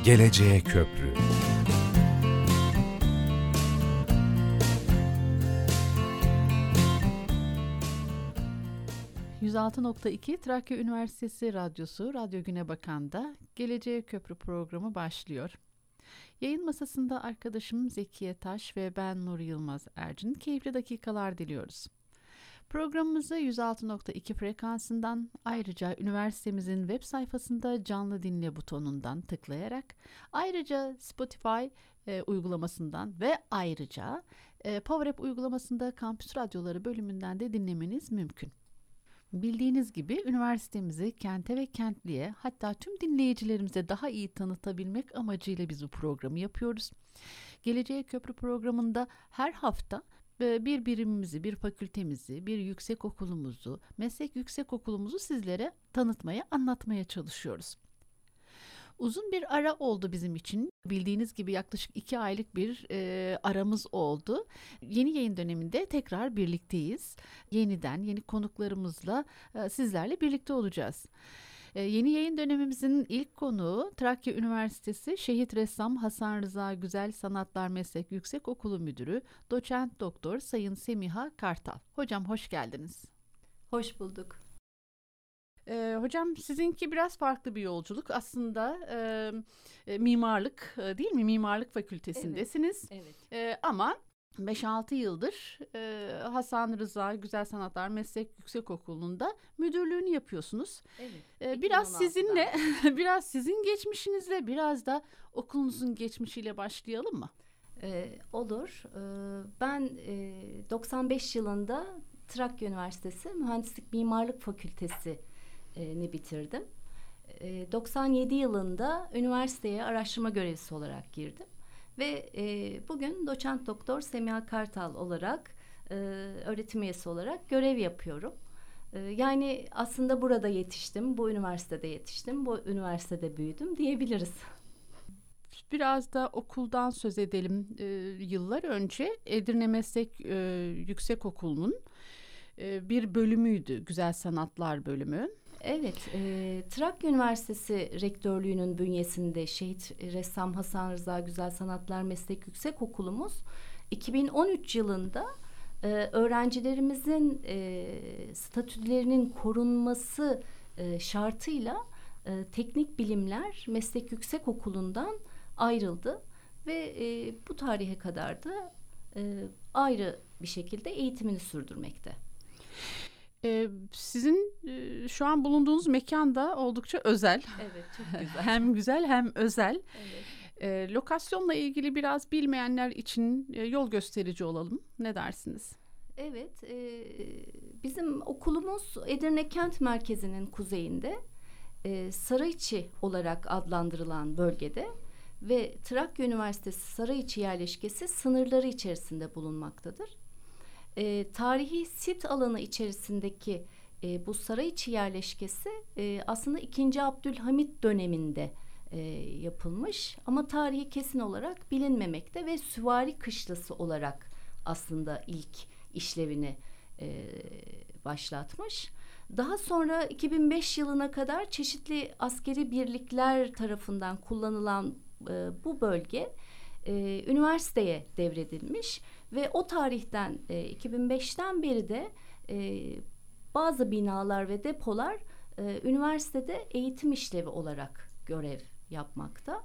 Geleceğe Köprü. ...106.2 Trakya Üniversitesi Radyosu Radyo Güne Bakan'da Geleceğe Köprü programı başlıyor. Yayın masasında arkadaşım Zekiye Taş ve ben Nur Yılmaz Ercin keyifli dakikalar diliyoruz. Programımızı 106.2 frekansından, ayrıca üniversitemizin web sayfasında canlı dinle butonundan tıklayarak, ayrıca Spotify uygulamasından ve ayrıca Power App uygulamasında Kampüs Radyoları bölümünden de dinlemeniz mümkün. Bildiğiniz gibi üniversitemizi kente ve kentliye, hatta tüm dinleyicilerimize daha iyi tanıtabilmek amacıyla biz bu programı yapıyoruz. Geleceğe Köprü programında her hafta bir birimimizi, bir fakültemizi, bir yüksekokulumuzu, meslek yüksekokulumuzu sizlere tanıtmaya, anlatmaya çalışıyoruz. Uzun bir ara oldu bizim için. Bildiğiniz gibi yaklaşık 2 aylık bir aramız oldu. Yeni yayın döneminde tekrar birlikteyiz. Yeniden yeni konuklarımızla sizlerle birlikte olacağız. Yeni yayın dönemimizin ilk konuğu Trakya Üniversitesi Şehit Ressam Hasan Rıza Güzel Sanatlar Meslek Yüksekokulu Müdürü Doçent Doktor Sayın Semiha Kartal. Hocam hoş geldiniz. Hoş bulduk. Hocam sizinki biraz farklı bir yolculuk. Aslında mimarlık değil mi? Mimarlık fakültesindesiniz. Evet. Ama 5-6 yıldır Hasan Rıza Güzel Sanatlar Meslek Yüksekokulu'nda müdürlüğünü yapıyorsunuz. Evet. Biraz sizin geçmişinizle, biraz da okulunuzun geçmişiyle başlayalım mı? Olur. Ben 95 yılında Trakya Üniversitesi Mühendislik Mimarlık Fakültesi'ni bitirdim. 97 yılında üniversiteye araştırma görevlisi olarak girdim. Ve bugün doçent doktor Semiha Kartal olarak öğretim üyesi olarak görev yapıyorum. Yani aslında burada yetiştim, bu üniversitede yetiştim, bu üniversitede büyüdüm diyebiliriz. Biraz da okuldan söz edelim. Yıllar önce Edirne Meslek Yüksekokulu'nun bir bölümüydü, Güzel Sanatlar bölümü. Evet, Trakya Üniversitesi Rektörlüğü'nün bünyesinde Şehit Ressam Hasan Rıza Güzel Sanatlar Meslek Yüksekokulumuz 2013 yılında öğrencilerimizin statülerinin korunması şartıyla Teknik Bilimler Meslek Yüksekokulu'ndan ayrıldı ve bu tarihe kadar da ayrı bir şekilde eğitimini sürdürmekte. Sizin şu an bulunduğunuz mekan da oldukça özel. Evet, çok güzel. Hem güzel hem özel. Evet. Lokasyonla ilgili biraz bilmeyenler için yol gösterici olalım. Ne dersiniz? Evet, bizim okulumuz Edirne Kent Merkezi'nin kuzeyinde, Sarıçi olarak adlandırılan bölgede ve Trakya Üniversitesi Sarıçi yerleşkesi sınırları içerisinde bulunmaktadır. Tarihi sit alanı içerisindeki bu Sarıçi yerleşkesi aslında 2. Abdülhamit döneminde yapılmış ama tarihi kesin olarak bilinmemekte ve süvari kışlası olarak aslında ilk işlevini başlatmış. Daha sonra 2005 yılına kadar çeşitli askeri birlikler tarafından kullanılan bu bölge üniversiteye devredilmiş ve o tarihten 2005'ten beri de bazı binalar ve depolar üniversitede eğitim işlevi olarak görev yapmakta.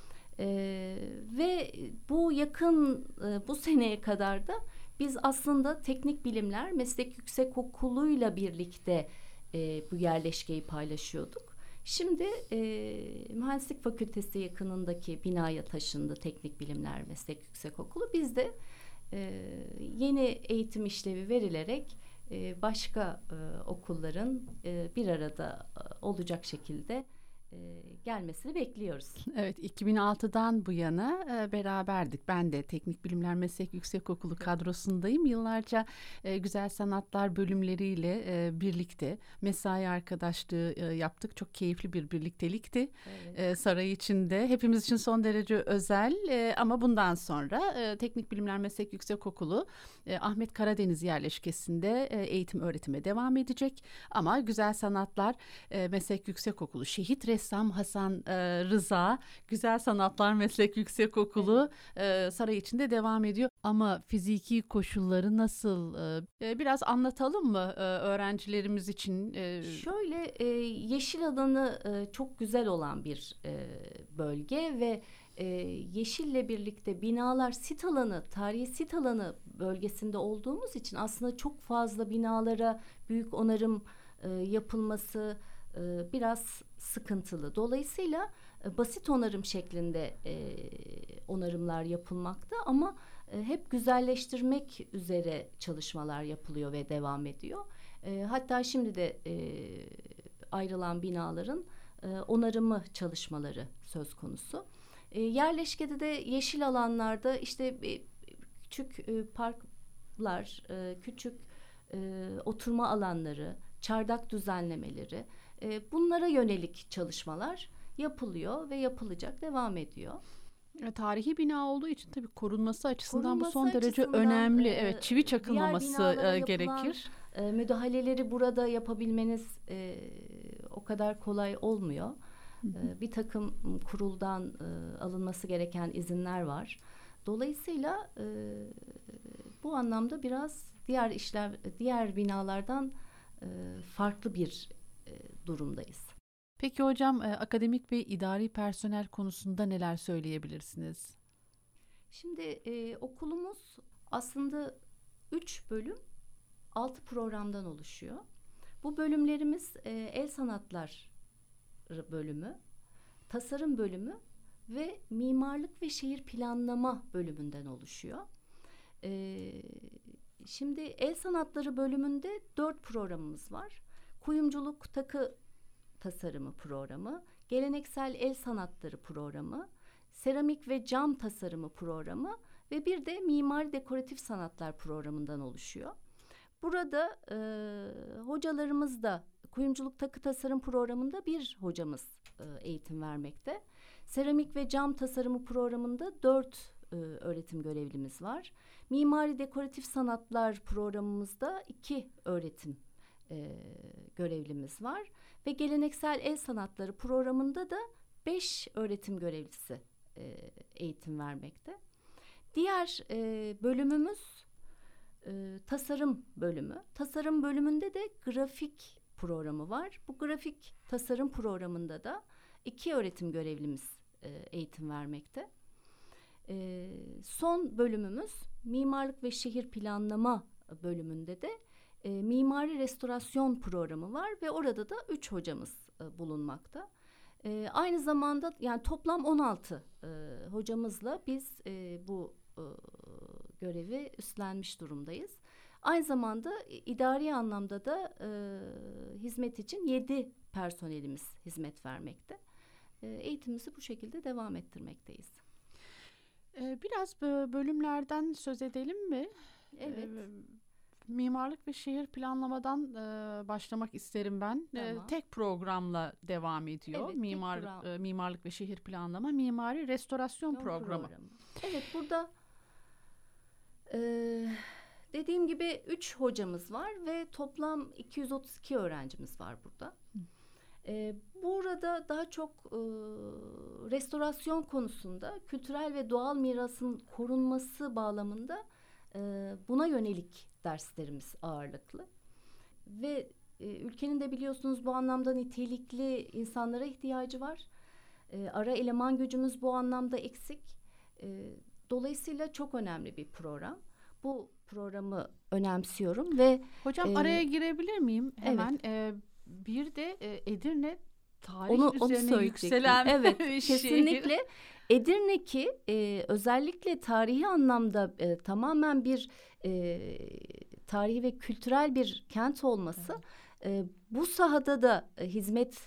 Ve bu seneye kadar da biz aslında Teknik Bilimler Meslek Yüksekokulu'yla birlikte bu yerleşkeyi paylaşıyorduk. Şimdi Mühendislik Fakültesi yakınındaki binaya taşındı Teknik Bilimler Meslek Yüksekokulu. Biz de yeni eğitim işlevi verilerek başka okulların bir arada olacak şekilde gelmesini bekliyoruz. Evet, 2006'dan bu yana beraberdik. Ben de Teknik Bilimler Meslek Yüksekokulu kadrosundayım. Yıllarca güzel sanatlar bölümleriyle birlikte mesai arkadaşlığı yaptık. Çok keyifli bir birliktelikti. Evet. Saray içinde hepimiz için son derece özel ama bundan sonra Teknik Bilimler Meslek Yüksekokulu Ahmet Karadeniz yerleşkesinde eğitim öğretime devam edecek. Ama Güzel Sanatlar Meslek Yüksekokulu Şehit Ressam ressam Hasan Rıza Güzel Sanatlar Meslek Yüksekokulu saray içinde devam ediyor. Ama fiziki koşulları nasıl? Biraz anlatalım mı öğrencilerimiz için? Şöyle yeşil alanı çok güzel olan bir bölge ve yeşille birlikte binalar sit alanı, tarihi sit alanı bölgesinde olduğumuz için aslında çok fazla binalara büyük onarım yapılması biraz sıkıntılı. Dolayısıyla basit onarım şeklinde onarımlar yapılmakta ama hep güzelleştirmek üzere çalışmalar yapılıyor ve devam ediyor. Hatta şimdi de ayrılan binaların onarımı çalışmaları söz konusu. Yerleşkede de yeşil alanlarda işte küçük parklar, küçük oturma alanları, çardak düzenlemeleri, bunlara yönelik çalışmalar yapılıyor ve yapılacak, devam ediyor. Tarihi bina olduğu için tabii korunması açısından bu son Korunması derece açısından, önemli. Evet, çivi çakılmaması diğer binalara gerekir. Müdahaleleri burada yapabilmeniz o kadar kolay olmuyor. Bir takım kuruldan alınması gereken izinler var. Dolayısıyla bu anlamda biraz diğer binalardan farklı bir durumdayız. Peki hocam, akademik ve idari personel konusunda neler söyleyebilirsiniz? Şimdi okulumuz aslında 3 bölüm, 6 programdan oluşuyor. Bu bölümlerimiz el sanatlar bölümü, tasarım bölümü ve mimarlık ve şehir planlama bölümünden oluşuyor. Şimdi el sanatları bölümünde 4 programımız var. Kuyumculuk takı tasarımı programı, geleneksel el sanatları programı, seramik ve cam tasarımı programı ve bir de mimari dekoratif sanatlar programından oluşuyor. Burada hocalarımız da kuyumculuk takı tasarım programında bir hocamız eğitim vermekte. Seramik ve cam tasarımı programında 4 öğretim görevlimiz var. Mimari dekoratif sanatlar programımızda 2 öğretim görevlimiz var. Ve geleneksel el sanatları programında da 5 öğretim görevlisi eğitim vermekte. Diğer bölümümüz tasarım bölümü. Tasarım bölümünde de grafik programı var. Bu grafik tasarım programında da 2 öğretim görevlimiz eğitim vermekte. Son bölümümüz mimarlık ve şehir planlama bölümünde de mimari restorasyon programı var ve orada da 3 hocamız bulunmakta. Aynı zamanda yani toplam 16 hocamızla biz bu görevi üstlenmiş durumdayız. Aynı zamanda idari anlamda da hizmet için 7 personelimiz hizmet vermekte. Eğitimimizi bu şekilde devam ettirmekteyiz. Biraz bölümlerden söz edelim mi? Evet. Mimarlık ve şehir planlamadan başlamak isterim ben. Tamam. Tek programla devam ediyor. Evet, Mimarlık ve şehir planlama, mimari restorasyon programı. Evet, burada dediğim gibi 3 hocamız var ve toplam 232 öğrencimiz var burada. Burada daha çok restorasyon konusunda kültürel ve doğal mirasın korunması bağlamında buna yönelik derslerimiz ağırlıklı. Ve ülkenin de biliyorsunuz bu anlamda nitelikli insanlara ihtiyacı var. Ara eleman gücümüz bu anlamda eksik. Dolayısıyla çok önemli bir program. Bu programı önemsiyorum ve hocam araya girebilir miyim hemen? Evet. Bir de Edirne tarih üzerine yükselen evet, kesinlikle. Edirne ki özellikle tarihi anlamda tamamen bir tarihi ve kültürel bir kent olması, bu sahada da hizmet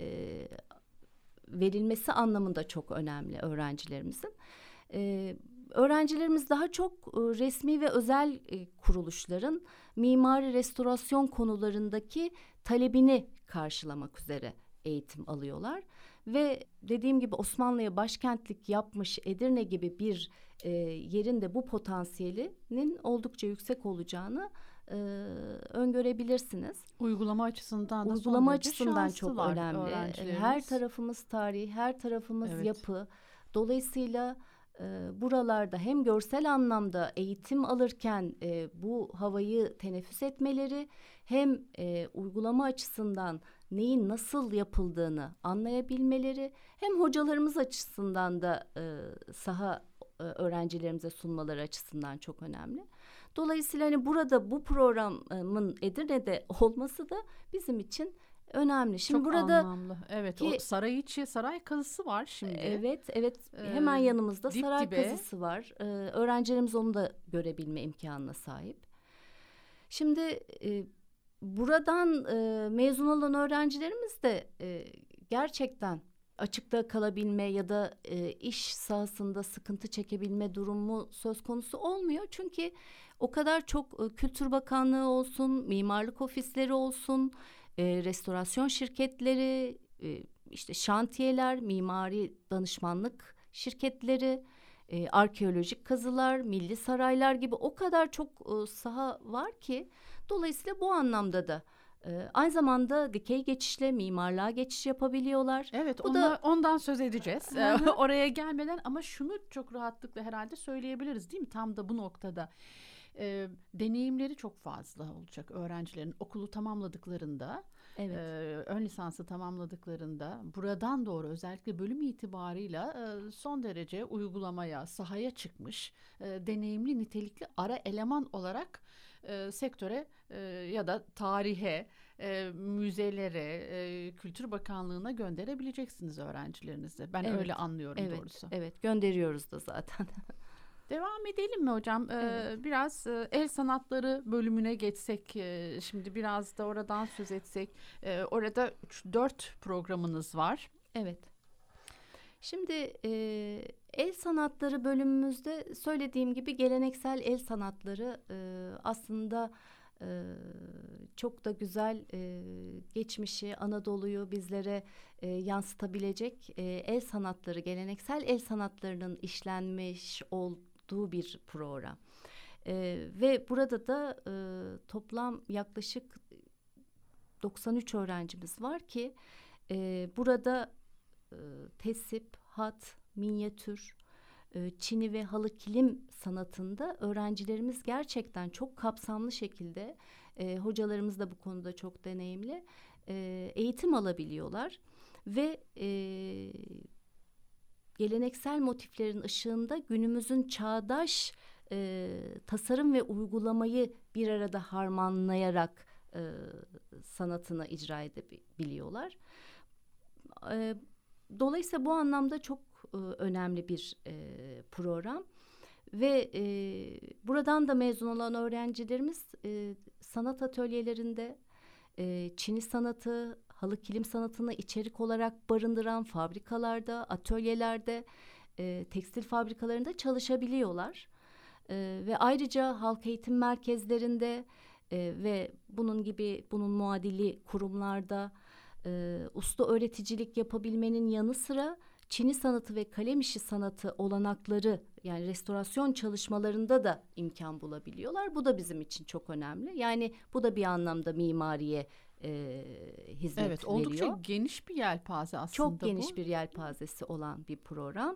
verilmesi anlamında çok önemli öğrencilerimizin. Öğrencilerimiz daha çok resmi ve özel kuruluşların mimari restorasyon konularındaki talebini karşılamak üzere eğitim alıyorlar. Ve dediğim gibi Osmanlı'ya başkentlik yapmış Edirne gibi bir yerin de bu potansiyelinin oldukça yüksek olacağını öngörebilirsiniz. Uygulama açısından da Uygulama son derece açısından çok önemli. öğrencilerimiz. Her tarafımız tarih, her tarafımız Evet. yapı. Dolayısıyla buralarda hem görsel anlamda eğitim alırken bu havayı teneffüs etmeleri, hem uygulama açısından neyin nasıl yapıldığını anlayabilmeleri, hem hocalarımız açısından da saha öğrencilerimize sunmaları açısından çok önemli. Dolayısıyla hani burada bu programın Edirne'de olması da bizim için önemli. Şimdi çok burada anlamlı. Evet, o saray içi, saray kazısı var şimdi. Evet. Hemen yanımızda dip saray dibe. kazısı var. Öğrencilerimiz onu da görebilme imkanına sahip. Şimdi buradan mezun olan öğrencilerimiz de gerçekten açıkta kalabilme ya da iş sahasında sıkıntı çekebilme durumu söz konusu olmuyor. Çünkü o kadar çok Kültür Bakanlığı olsun, mimarlık ofisleri olsun, restorasyon şirketleri, işte şantiyeler, mimari danışmanlık şirketleri, arkeolojik kazılar, milli saraylar gibi o kadar çok saha var ki, dolayısıyla bu anlamda da aynı zamanda dikey geçişle mimarlığa geçiş yapabiliyorlar. Evet, Bu ondan söz edeceğiz. Oraya gelmeden ama şunu çok rahatlıkla herhalde söyleyebiliriz, değil mi? Tam da bu noktada. Deneyimleri çok fazla olacak öğrencilerin okulu tamamladıklarında, Evet. Ön lisansı tamamladıklarında buradan doğru özellikle bölüm itibarıyla son derece uygulamaya, sahaya çıkmış deneyimli, nitelikli ara eleman olarak sektöre ya da tarihe, müzelere, Kültür Bakanlığı'na gönderebileceksiniz öğrencilerinizi. Ben öyle anlıyorum doğrusu. Evet, gönderiyoruz da zaten. Devam edelim mi hocam? Evet. Biraz el sanatları bölümüne geçsek, şimdi biraz da oradan söz etsek. Orada 3-4 programınız var. Evet. Şimdi el sanatları bölümümüzde söylediğim gibi geleneksel el sanatları aslında çok da güzel geçmişi, Anadolu'yu bizlere yansıtabilecek el sanatları, geleneksel el sanatlarının işlenmiş olduğu bir program. Ve burada da toplam yaklaşık 93 öğrencimiz var ki burada tesip, hat, minyatür, çini ve halı kilim sanatında öğrencilerimiz gerçekten çok kapsamlı şekilde, hocalarımız da bu konuda çok deneyimli, eğitim alabiliyorlar ve geleneksel motiflerin ışığında günümüzün çağdaş tasarım ve uygulamayı bir arada harmanlayarak sanatını icra edebiliyorlar. Dolayısıyla bu anlamda çok önemli bir program ve buradan da mezun olan öğrencilerimiz sanat atölyelerinde çini sanatı, halı kilim sanatını içerik olarak barındıran fabrikalarda, atölyelerde, tekstil fabrikalarında çalışabiliyorlar. Ve ayrıca halk eğitim merkezlerinde ve bunun muadili kurumlarda usta öğreticilik yapabilmenin yanı sıra çini sanatı ve kalem işi sanatı olanakları, yani restorasyon çalışmalarında da imkan bulabiliyorlar. Bu da bizim için çok önemli. Yani bu da bir anlamda mimariye hizmet veriyor. Evet, oldukça geniş bir yelpaze aslında. Çok geniş bir yelpazesi olan bir program.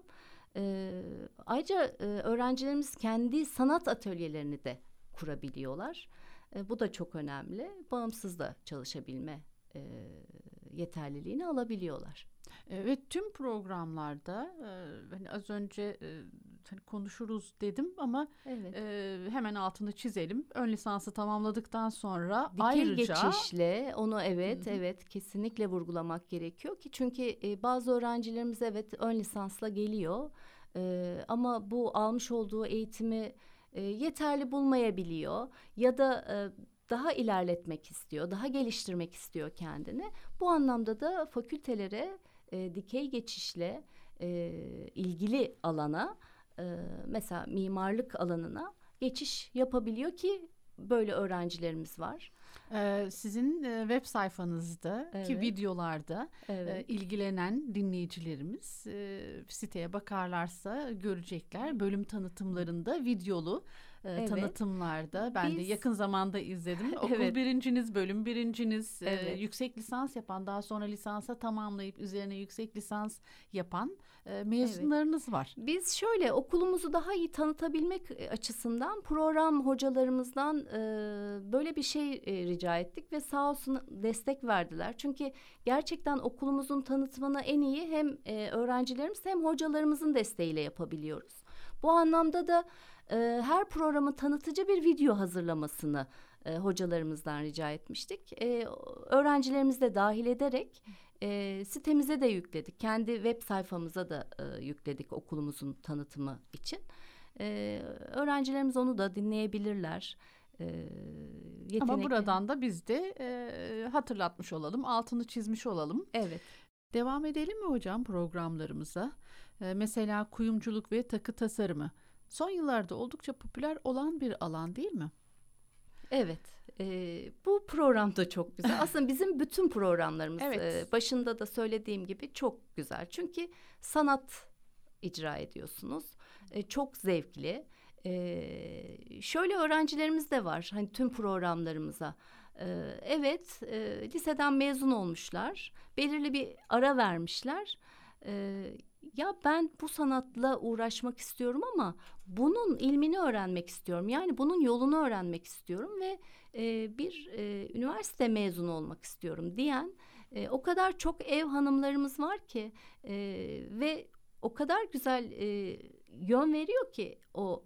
Ayrıca öğrencilerimiz kendi sanat atölyelerini de kurabiliyorlar. Bu da çok önemli. Bağımsız da çalışabilme yeterliliğini alabiliyorlar. Ve tüm programlarda hani az önce hani konuşuruz dedim ama Evet. Hemen altını çizelim. Ön lisansı tamamladıktan sonra Dikey ayrıca geçişle onu evet kesinlikle vurgulamak gerekiyor ki çünkü bazı öğrencilerimiz ön lisansla geliyor ama bu almış olduğu eğitimi yeterli bulmayabiliyor ya da daha ilerletmek istiyor, daha geliştirmek istiyor kendini. Bu anlamda da fakültelere dikey geçişle ilgili alana, mesela mimarlık alanına geçiş yapabiliyor ki böyle öğrencilerimiz var. Sizin web sayfanızda ki videolarda ilgilenen dinleyicilerimiz siteye bakarlarsa görecekler. Bölüm tanıtımlarında videolu Evet. tanıtımlarda. Ben de Biz- yakın zamanda izledim. Okul Evet. birinciniz, bölüm birinciniz, Evet. yüksek lisans yapan, daha sonra lisansa tamamlayıp üzerine yüksek lisans yapan mezunlarınız var. Biz şöyle okulumuzu daha iyi tanıtabilmek açısından program hocalarımızdan böyle bir şey rica ettik ve sağ olsun destek verdiler. Çünkü gerçekten okulumuzun tanıtımını en iyi hem öğrencilerimiz hem hocalarımızın desteğiyle yapabiliyoruz. Bu anlamda da her programın tanıtıcı bir video hazırlamasını hocalarımızdan rica etmiştik. Öğrencilerimizi de dahil ederek sitemize de yükledik. Kendi web sayfamıza da yükledik okulumuzun tanıtımı için. Öğrencilerimiz onu da dinleyebilirler. Ama buradan da biz de hatırlatmış olalım, altını çizmiş olalım. Evet. Devam edelim mi hocam programlarımıza? Mesela kuyumculuk ve takı tasarımı. Son yıllarda oldukça popüler olan bir alan değil mi? Evet. Bu program da çok güzel. Aslında bizim bütün programlarımız Evet. Başında da söylediğim gibi çok güzel. Çünkü sanat icra ediyorsunuz. Çok zevkli. Şöyle öğrencilerimiz de var. Hani tüm programlarımıza. Evet, liseden mezun olmuşlar. Belirli bir ara vermişler. Ya ben bu sanatla uğraşmak istiyorum ama bunun ilmini öğrenmek istiyorum. Yani bunun yolunu öğrenmek istiyorum ve bir üniversite mezunu olmak istiyorum diyen o kadar çok ev hanımlarımız var ki ve o kadar güzel yön veriyor ki o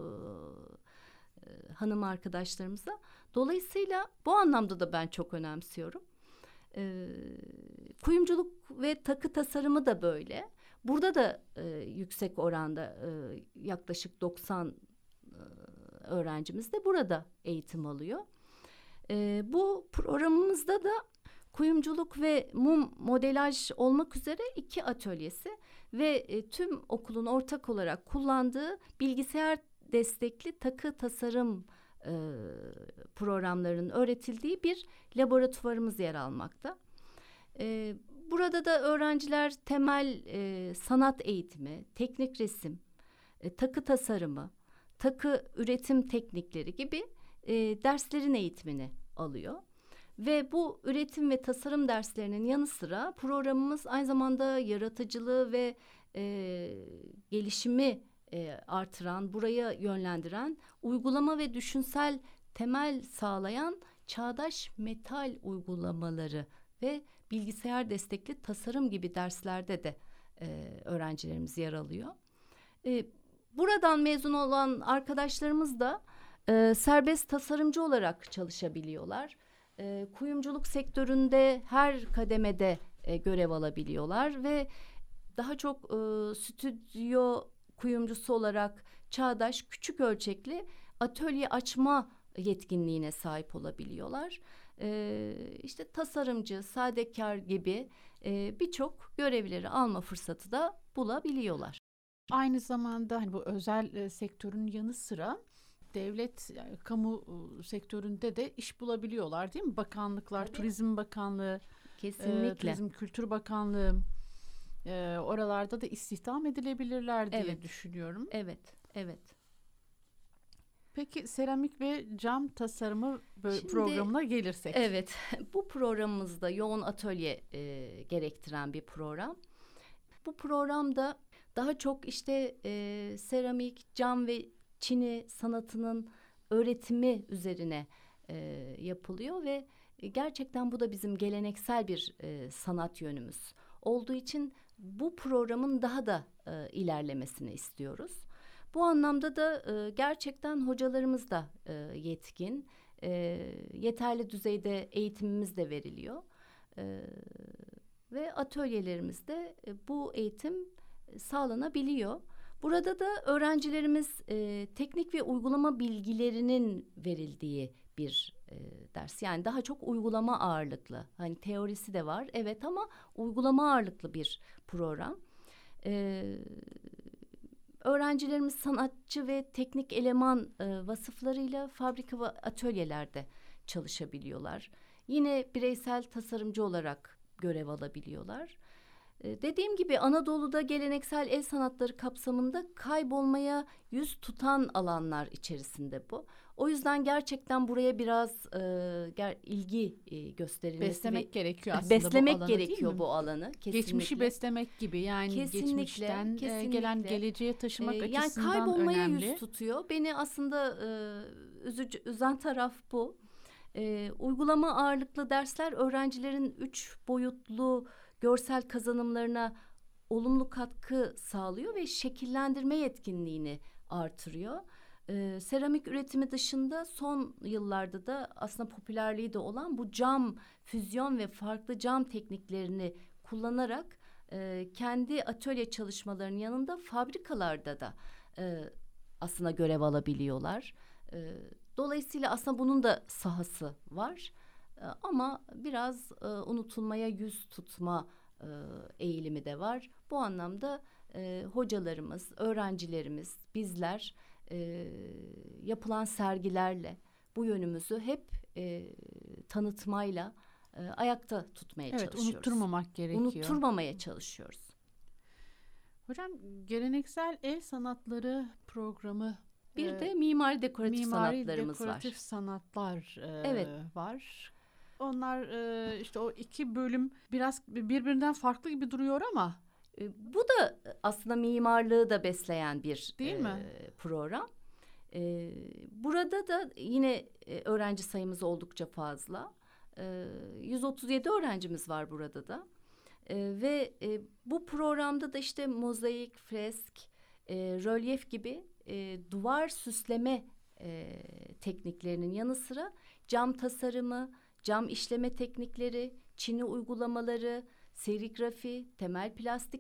hanım arkadaşlarımıza. Dolayısıyla bu anlamda da ben çok önemsiyorum. Kuyumculuk ve takı tasarımı da böyle. Burada da yüksek oranda yaklaşık 90 öğrencimiz de burada eğitim alıyor. Bu programımızda da kuyumculuk ve mum modelaj olmak üzere 2 atölyesi ve tüm okulun ortak olarak kullandığı bilgisayar destekli takı tasarım programlarının öğretildiği bir laboratuvarımız yer almakta. Burada da öğrenciler temel sanat eğitimi, teknik resim, takı tasarımı, takı üretim teknikleri gibi derslerin eğitimini alıyor. Ve bu üretim ve tasarım derslerinin yanı sıra programımız aynı zamanda yaratıcılığı ve gelişimi artıran, buraya yönlendiren, uygulama ve düşünsel temel sağlayan çağdaş metal uygulamaları ve bilgisayar destekli tasarım gibi derslerde de öğrencilerimiz yer alıyor. Buradan mezun olan arkadaşlarımız da serbest tasarımcı olarak çalışabiliyorlar. Kuyumculuk sektöründe her kademede görev alabiliyorlar ve daha çok stüdyo kuyumcusu olarak çağdaş küçük ölçekli atölye açma yetkinliğine sahip olabiliyorlar. İşte tasarımcı, sadekar gibi birçok görevleri alma fırsatı da bulabiliyorlar. Aynı zamanda hani bu özel sektörün yanı sıra devlet, yani kamu sektöründe de iş bulabiliyorlar değil mi? Bakanlıklar, Tabii. Turizm Bakanlığı, Kesinlikle. Turizm Kültür Bakanlığı, oralarda da istihdam edilebilirler diye Evet. düşünüyorum. Evet, evet. Peki seramik ve cam tasarımı Şimdi- programına gelirsek. Evet, bu programımızda yoğun atölye gerektiren bir program. Bu programda daha çok işte seramik, cam ve çini sanatının öğretimi üzerine yapılıyor ve gerçekten bu da bizim geleneksel bir sanat yönümüz olduğu için bu programın daha da ilerlemesini istiyoruz. Bu anlamda da gerçekten hocalarımız da yetkin, yeterli düzeyde eğitimimiz de veriliyor ve atölyelerimizde bu eğitim sağlanabiliyor. Burada da öğrencilerimiz teknik ve uygulama bilgilerinin verildiği bir ders. Yani daha çok uygulama ağırlıklı. Hani teorisi de var evet ama uygulama ağırlıklı bir program. Öğrencilerimiz sanatçı ve teknik eleman vasıflarıyla fabrika ve atölyelerde çalışabiliyorlar. Yine bireysel tasarımcı olarak görev alabiliyorlar. Dediğim gibi Anadolu'da geleneksel el sanatları kapsamında kaybolmaya yüz tutan alanlar içerisinde bu. O yüzden gerçekten buraya biraz ilgi gösterilmesi beslemek gerekiyor aslında beslemek bu alanı, gerekiyor bu alanı. Kesinlikle. Geçmişi beslemek gibi, yani geçmişten gelen geleceğe taşımak açısından yani kaybolmaya önemli. yüz tutuyor. Beni aslında üzen taraf bu. Uygulama ağırlıklı dersler öğrencilerin 3 boyutlu görsel kazanımlarına olumlu katkı sağlıyor ve şekillendirme yetkinliğini artırıyor. Seramik üretimi dışında son yıllarda da aslında popülerliği de olan bu cam füzyon ve farklı cam tekniklerini kullanarak kendi atölye çalışmalarının yanında fabrikalarda da aslında görev alabiliyorlar. Dolayısıyla aslında bunun da sahası var. Ama biraz unutulmaya yüz tutma eğilimi de var. Bu anlamda hocalarımız, öğrencilerimiz, bizler yapılan sergilerle bu yönümüzü hep tanıtmayla ayakta tutmaya çalışıyoruz. Evet, unutturmamak gerekiyor. Unutturmamaya çalışıyoruz. Hocam, geleneksel el sanatları programı, bir de mimari dekoratif sanatlarımız dekoratif var. sanatlar Evet. var. Onlar işte o 2 bölüm biraz birbirinden farklı gibi duruyor ama bu da aslında mimarlığı da besleyen bir değil mi? Program. Burada da yine öğrenci sayımız oldukça fazla. 137 öğrencimiz var burada da. Ve bu programda da işte mozaik, fresk, rölyef gibi duvar süsleme tekniklerinin yanı sıra cam tasarımı, cam işleme teknikleri, çini uygulamaları, serigrafi, temel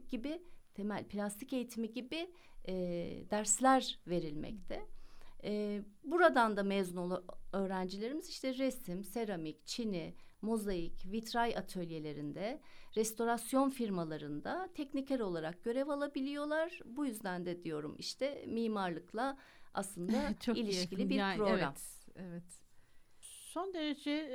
plastik eğitimi gibi dersler verilmekte. Buradan da mezun olan öğrencilerimiz işte resim, seramik, çini, mozaik, vitray atölyelerinde, restorasyon firmalarında tekniker olarak görev alabiliyorlar. Bu yüzden de diyorum işte mimarlıkla aslında çok ilişkili yakın. bir Yani, program. Evet. Son derece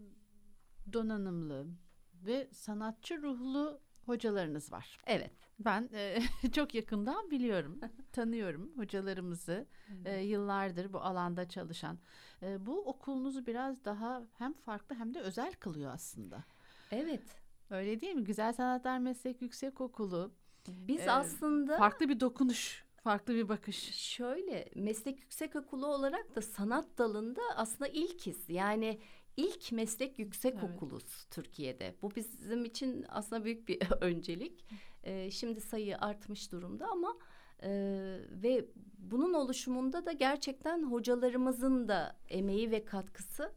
donanımlı ve sanatçı ruhlu hocalarınız var. Evet. Ben çok yakından biliyorum, tanıyorum hocalarımızı, yıllardır bu alanda çalışan. Bu okulunuzu biraz daha hem farklı hem de özel kılıyor aslında. Evet. Öyle değil mi? Güzel Sanatlar Meslek Yüksekokulu. Biz aslında farklı bir dokunuş, farklı bir bakış. Şöyle, meslek yüksekokulu olarak da sanat dalında aslında ilkiz. Yani ilk meslek yüksekokuluz Türkiye'de. Bu bizim için aslında büyük bir öncelik. Şimdi sayı artmış durumda ama ve bunun oluşumunda da gerçekten hocalarımızın da emeği ve katkısı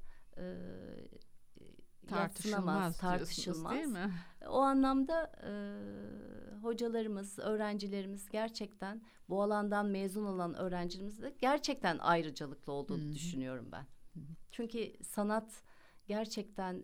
tartışılmaz değil mi? O anlamda hocalarımız, öğrencilerimiz gerçekten bu alandan mezun olan öğrencilerimiz de gerçekten ayrıcalıklı olduğunu düşünüyorum ben. Çünkü sanat gerçekten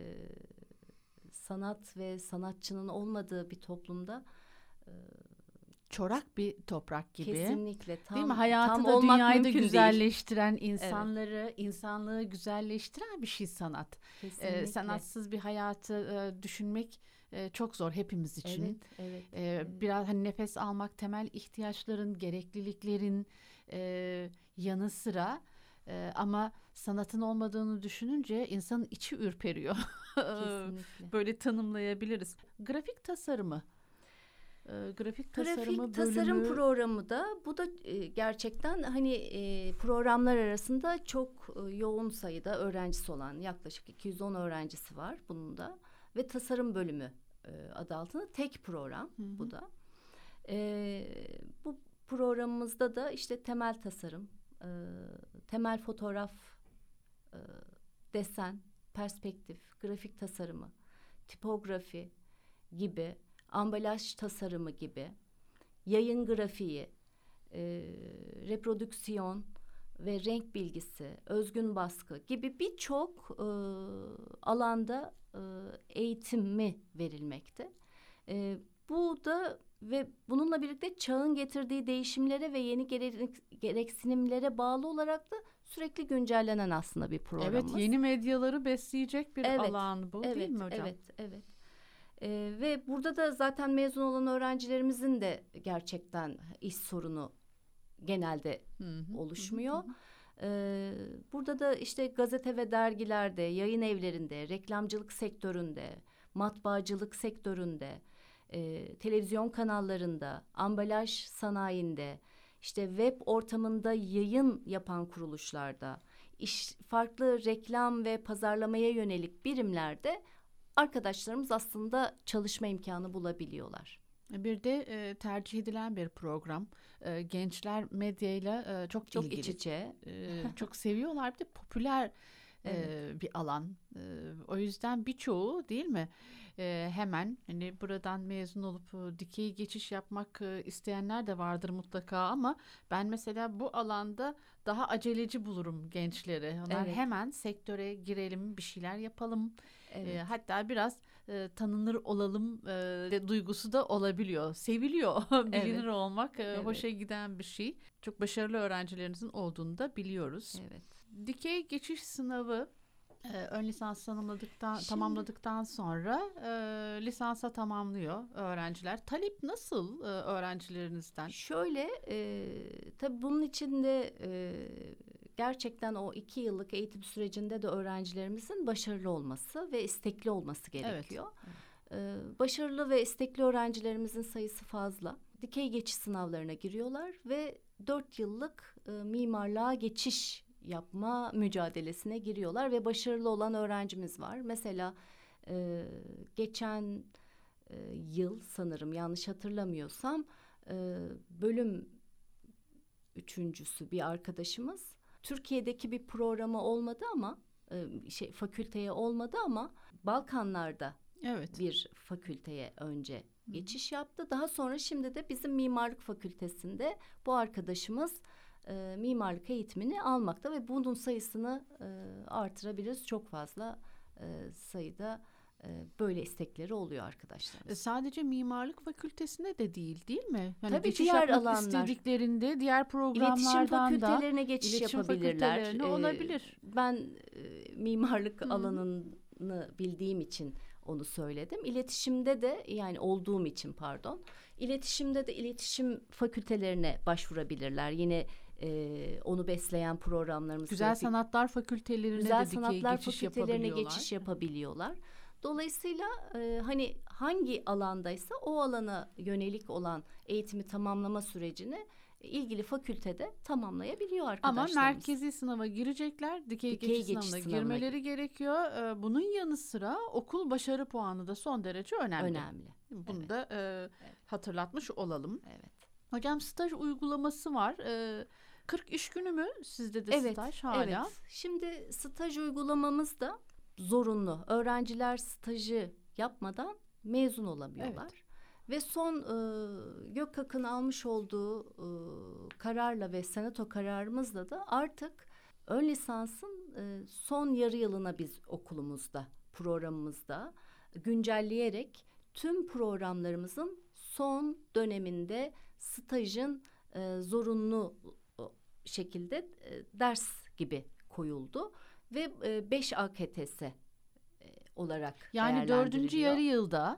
sanat ve sanatçının olmadığı bir toplumda çorak bir toprak gibi. Kesinlikle. Değil mi? Hayatı da dünyayı da güzelleştiren, insanlığı güzelleştiren bir şey sanat. Sanatsız bir hayatı düşünmek çok zor hepimiz için. Evet. Biraz hani nefes almak, temel ihtiyaçların, gerekliliklerin yanı sıra ama sanatın olmadığını düşününce insanın içi ürperiyor. Kesinlikle. Böyle tanımlayabiliriz. Grafik tasarımı. Grafik tasarım programı da bu da gerçekten hani programlar arasında çok yoğun sayıda öğrencisi olan yaklaşık 210 öğrencisi var bunun da ve tasarım bölümü adı altında tek program bu da. Bu programımızda da işte temel tasarım, temel fotoğraf, desen, perspektif, grafik tasarımı, tipografi gibi, ambalaj tasarımı gibi, yayın grafiği, reprodüksiyon ve renk bilgisi, özgün baskı gibi birçok alanda eğitimi verilmekte. Bu da ve bununla birlikte çağın getirdiği değişimlere ve yeni gereksinimlere bağlı olarak da sürekli güncellenen aslında bir programımız. Evet, yeni medyaları besleyecek bir alan bu, değil mi hocam? Evet. Ve burada da zaten mezun olan öğrencilerimizin de gerçekten iş sorunu genelde oluşmuyor. Burada da işte gazete ve dergilerde, yayın evlerinde, reklamcılık sektöründe, matbaacılık sektöründe, televizyon kanallarında, ambalaj sanayinde, işte web ortamında yayın yapan kuruluşlarda, farklı reklam ve pazarlamaya yönelik birimlerde arkadaşlarımız aslında çalışma imkanı bulabiliyorlar. Bir de tercih edilen bir program. Gençler medyayla çok ilgili. İç içe. Çok seviyorlar. Bir de popüler bir alan. O yüzden birçoğu, değil mi? Hemen hani buradan mezun olup dikey geçiş yapmak isteyenler de vardır mutlaka, ama ben mesela bu alanda daha aceleci bulurum gençleri. Onlar hemen sektöre girelim, bir şeyler yapalım. Hatta biraz tanınır olalım duygusu da olabiliyor. Seviliyor. Bilinir olmak hoşa giden bir şey. Çok başarılı öğrencilerinizin olduğunu da biliyoruz. Evet. Dikey geçiş sınavı ön lisans tamamladıktan sonra lisansa tamamlıyor öğrenciler. Talep nasıl öğrencilerinizden? Şöyle, tabii bunun için de gerçekten o 2 yıllık eğitim sürecinde de öğrencilerimizin başarılı olması ve istekli olması gerekiyor. Evet. Başarılı ve istekli öğrencilerimizin sayısı fazla. Dikey geçiş sınavlarına giriyorlar ve 4 yıllık mimarlığa geçiş yapma mücadelesine giriyorlar ve başarılı olan öğrencimiz var. Mesela geçen yıl sanırım, yanlış hatırlamıyorsam, bölüm 3.'sü bir arkadaşımız Türkiye'deki bir programa olmadı ama fakülteye olmadı ama Balkanlarda bir fakülteye önce geçiş yaptı. Daha sonra şimdi de bizim mimarlık fakültesinde bu arkadaşımız mimarlık eğitimini almakta ve bunun sayısını artırabiliriz. Çok fazla sayıda böyle istekleri oluyor arkadaşlar. Sadece mimarlık fakültesinde de değil mi? Yani tabii geçiş diğer yapmak alanlar, istediklerinde diğer programlardan iletişim fakültelerine geçiş yapabilirler. Fakültelerine olabilir. Ben mimarlık alanını bildiğim için onu söyledim. İletişimde de, yani olduğum için pardon. İletişimde de iletişim fakültelerine başvurabilirler. Yine onu besleyen programlarımız. Güzel sanatlar fakültelerine geçiş yapabiliyorlar. Dolayısıyla hani hangi alandaysa o alana yönelik olan eğitimi tamamlama sürecini ilgili fakültede tamamlayabiliyor arkadaşlarımız. Ama merkezi sınava girecekler, dikey geçiş sınavına girmeleri gerekiyor. Bunun yanı sıra okul başarı puanı da son derece önemli. Bunu da hatırlatmış olalım. Evet. Hocam, staj uygulaması var. 40 iş günü mü sizde de staj hala? Evet. Şimdi staj uygulamamız da zorunlu. Öğrenciler stajı yapmadan mezun olamıyorlar. Evet. Ve son YÖKAK'ın almış olduğu kararla ve senato kararımızla da artık ön lisansın son yarı yılına biz okulumuzda, programımızda güncelleyerek tüm programlarımızın son döneminde stajın zorunlu şekilde ders gibi koyuldu ve 5 AKTS olarak yani dördüncü yarı yılda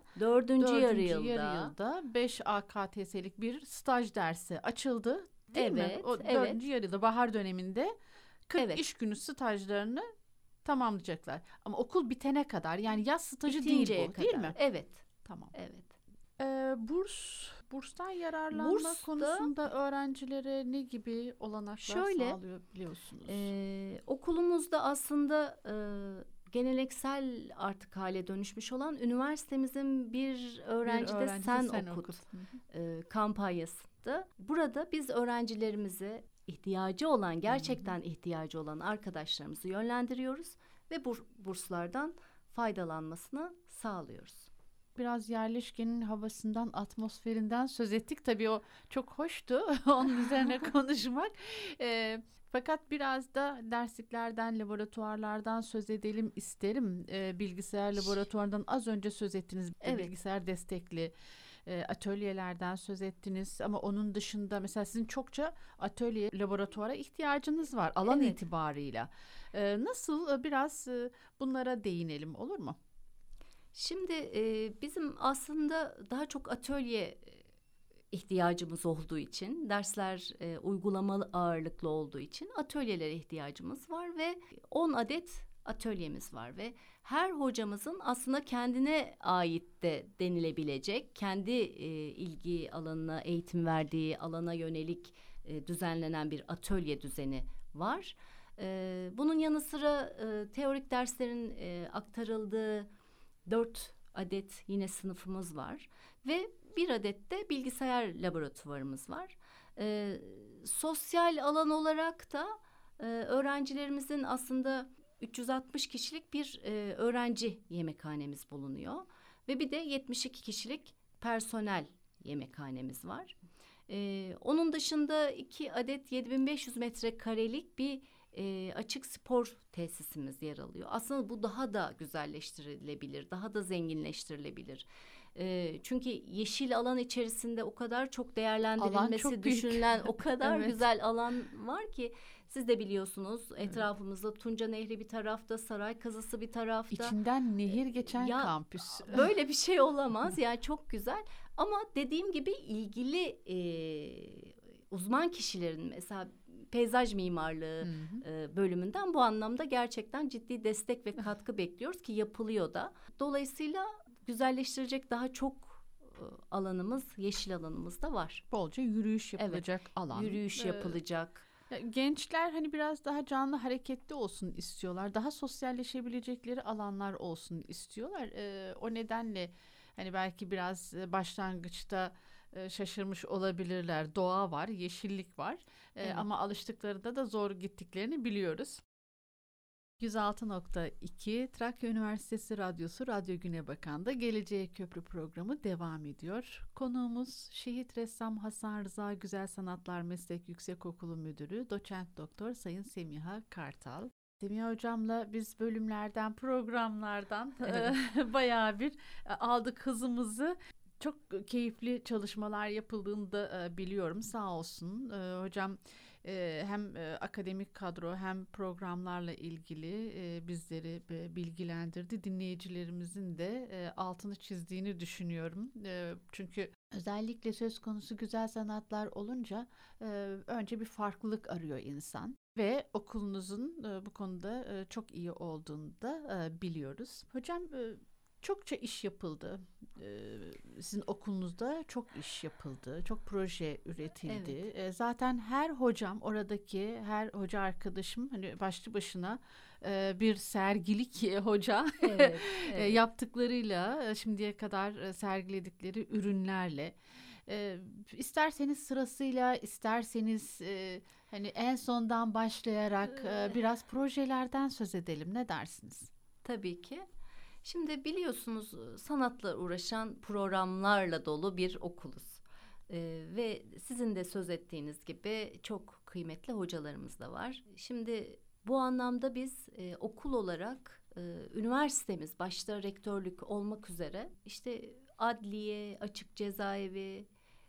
5 AKTS'lik bir staj dersi açıldı, değil mi? O dördüncü yarı yılda bahar döneminde 40 iş günü stajlarını tamamlayacaklar. Ama okul bitene kadar, yani yaz stajı değil bu, değil mi? Evet. Tamam. Evet. Burstan yararlanma konusunda öğrencilere ne gibi olanaklar sağlıyor biliyorsunuz? Okulumuzda aslında geleneksel artık hale dönüşmüş olan üniversitemizin bir öğrencide sen okut kampanyasında. Burada biz öğrencilerimize gerçekten ihtiyacı olan arkadaşlarımızı yönlendiriyoruz ve burslardan faydalanmasını sağlıyoruz. Biraz yerleşkenin havasından, atmosferinden söz ettik. Tabii o çok hoştu onun üzerine konuşmak. Fakat biraz da dersliklerden, laboratuvarlardan söz edelim isterim. Bilgisayar laboratuvarından az önce söz ettiniz. Bilgisayar destekli atölyelerden söz ettiniz. Ama onun dışında mesela sizin çokça atölye, laboratuvara ihtiyacınız var alan itibarıyla. Nasıl, biraz bunlara değinelim, olur mu? Şimdi bizim aslında daha çok atölye ihtiyacımız olduğu için, dersler uygulamalı ağırlıklı olduğu için atölyelere ihtiyacımız var ve 10 adet atölyemiz var ve her hocamızın aslında kendine ait de denilebilecek, kendi ilgi alanına, eğitim verdiği alana yönelik düzenlenen bir atölye düzeni var. Bunun yanı sıra teorik derslerin aktarıldığı 4 adet yine sınıfımız var ve 1 adet de bilgisayar laboratuvarımız var. Sosyal alan olarak da öğrencilerimizin aslında 360 kişilik bir öğrenci yemekhanemiz bulunuyor. Ve bir de 72 kişilik personel yemekhanemiz var. Onun dışında 2 adet 7500 metrekarelik bir açık spor tesisimiz yer alıyor. Aslında bu daha da güzelleştirilebilir, daha da zenginleştirilebilir. Çünkü yeşil alan içerisinde o kadar çok değerlendirilmesi düşünülen o kadar evet. Güzel alan var ki siz de biliyorsunuz etrafımızda Tunca Nehri bir tarafta, Saray Kazası bir tarafta. İçinden nehir geçen kampüs. Böyle bir şey olamaz yani çok güzel ama dediğim gibi ilgili uzman kişilerin mesela peyzaj mimarlığı bölümünden bu anlamda gerçekten ciddi destek ve katkı bekliyoruz ki yapılıyor da. Dolayısıyla güzelleştirecek daha çok alanımız, yeşil alanımız da var. Bolca yürüyüş yapılacak alan. Yürüyüş yapılacak. Gençler hani biraz daha canlı hareketli olsun istiyorlar. Daha sosyalleşebilecekleri alanlar olsun istiyorlar. O nedenle hani belki biraz başlangıçta şaşırmış olabilirler. Doğa var, yeşillik var. Evet. Ama alıştıklarında da zor gittiklerini biliyoruz. 106.2 Trakya Üniversitesi Radyosu Radyo Günebakan'da Geleceğe Köprü programı devam ediyor. Konuğumuz Şehit Ressam Hasan Rıza Güzel Sanatlar Meslek Yüksekokulu Müdürü Doçent Doktor Sayın Semiha Kartal. Semiha Hocam'la biz bölümlerden, programlardan bayağı bir aldık hızımızı. Çok keyifli çalışmalar yapıldığını da biliyorum sağ olsun. Hocam hem akademik kadro hem programlarla ilgili bizleri bilgilendirdi. Dinleyicilerimizin de altını çizdiğini düşünüyorum. Çünkü özellikle söz konusu güzel sanatlar olunca önce bir farklılık arıyor insan. Ve okulunuzun bu konuda çok iyi olduğunu da biliyoruz. Hocam çokça iş yapıldı. Sizin okulunuzda çok iş yapıldı. Çok proje üretildi. Evet. Zaten her hocam, oradaki her hoca arkadaşım hani başlı başına bir sergilik hoca. Evet, evet. Yaptıklarıyla, şimdiye kadar sergiledikleri ürünlerle. İsterseniz sırasıyla, isterseniz hani en sondan başlayarak biraz projelerden söz edelim. Ne dersiniz? Tabii ki. Şimdi biliyorsunuz sanatla uğraşan programlarla dolu bir okuluz. Ve sizin de söz ettiğiniz gibi çok kıymetli hocalarımız da var. Şimdi bu anlamda biz okul olarak üniversitemiz başta rektörlük olmak üzere işte adliye, açık cezaevi